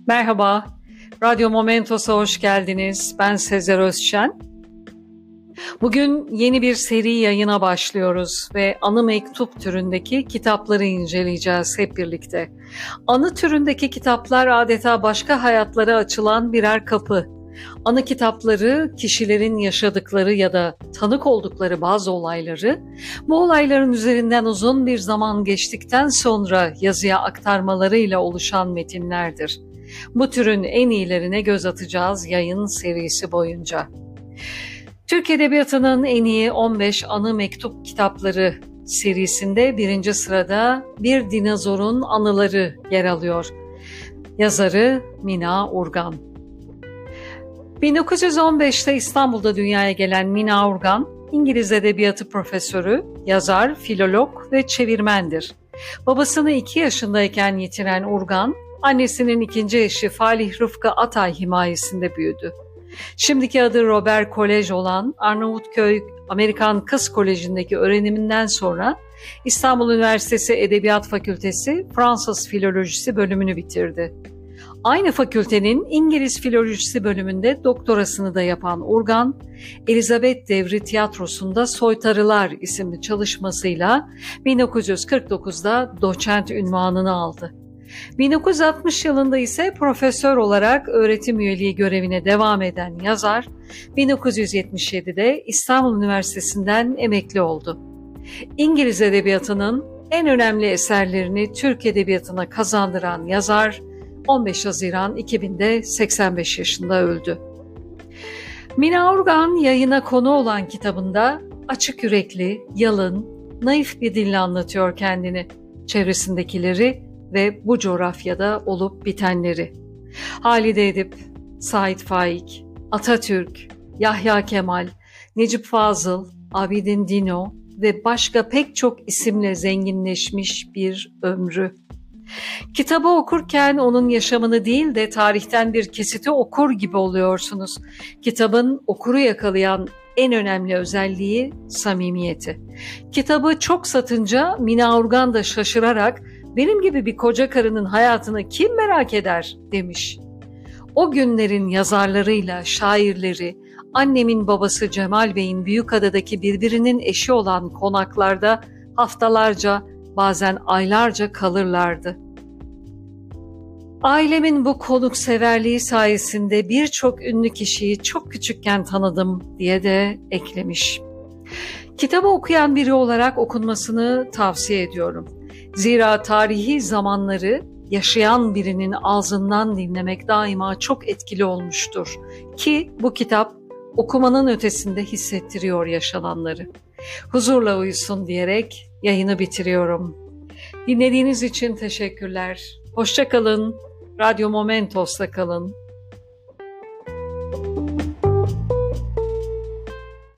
Merhaba, Radyo Momentos'a hoş geldiniz. Ben Sezer Özşen. Bugün yeni bir seri yayına başlıyoruz ve anı mektup türündeki kitapları inceleyeceğiz hep birlikte. Anı türündeki kitaplar adeta başka hayatlara açılan birer kapı. Anı kitapları kişilerin yaşadıkları ya da tanık oldukları bazı olayları, bu olayların üzerinden uzun bir zaman geçtikten sonra yazıya aktarmalarıyla oluşan metinlerdir. Bu türün en iyilerine göz atacağız yayın serisi boyunca. Türk Edebiyatı'nın en iyi 15 anı mektup kitapları serisinde birinci sırada Bir Dinozorun Anıları yer alıyor. Yazarı Mina Urgan. 1915'te İstanbul'da dünyaya gelen Mina Urgan, İngiliz edebiyatı profesörü, yazar, filolog ve çevirmendir. Babasını 2 yaşındayken yitiren Urgan, annesinin ikinci eşi Falih Rıfkı Atay himayesinde büyüdü. Şimdiki adı Robert Kolej olan Arnavutköy Amerikan Kız Koleji'ndeki öğreniminden sonra İstanbul Üniversitesi Edebiyat Fakültesi Fransız Filolojisi bölümünü bitirdi. Aynı fakültenin İngiliz Filolojisi bölümünde doktorasını da yapan Urgan, Elizabeth Devri Tiyatrosu'nda Soytarılar isimli çalışmasıyla 1949'da doçent unvanını aldı. 1960 yılında ise profesör olarak öğretim üyeliği görevine devam eden yazar, 1977'de İstanbul Üniversitesi'nden emekli oldu. İngiliz edebiyatının en önemli eserlerini Türk edebiyatına kazandıran yazar, 15 Haziran 2000'de 85 yaşında öldü. Mina Urgan yayına konu olan kitabında açık yürekli, yalın, naif bir dille anlatıyor kendini, çevresindekileri ve bu coğrafyada olup bitenleri. Halide Edip, Sait Faik, Atatürk, Yahya Kemal, Necip Fazıl, Abidin Dino ve başka pek çok isimle zenginleşmiş bir ömrü. Kitabı okurken onun yaşamını değil de tarihten bir kesiti okur gibi oluyorsunuz. Kitabın okuru yakalayan en önemli özelliği samimiyeti. Kitabı çok satınca Mina Urgan da şaşırarak "Benim gibi bir koca karının hayatını kim merak eder?" demiş. O günlerin yazarlarıyla şairleri, annemin babası Cemal Bey'in Büyükada'daki birbirinin eşi olan konaklarda haftalarca, bazen aylarca kalırlardı. Ailemin bu konukseverliği sayesinde birçok ünlü kişiyi çok küçükken tanıdım diye de eklemiş. Kitabı okuyan biri olarak okunmasını tavsiye ediyorum. Zira tarihi zamanları yaşayan birinin ağzından dinlemek daima çok etkili olmuştur. Ki bu kitap okumanın ötesinde hissettiriyor yaşananları. Huzurla uyusun diyerek yayını bitiriyorum. Dinlediğiniz için teşekkürler. Hoşça kalın. Radyo Momentos'ta kalın.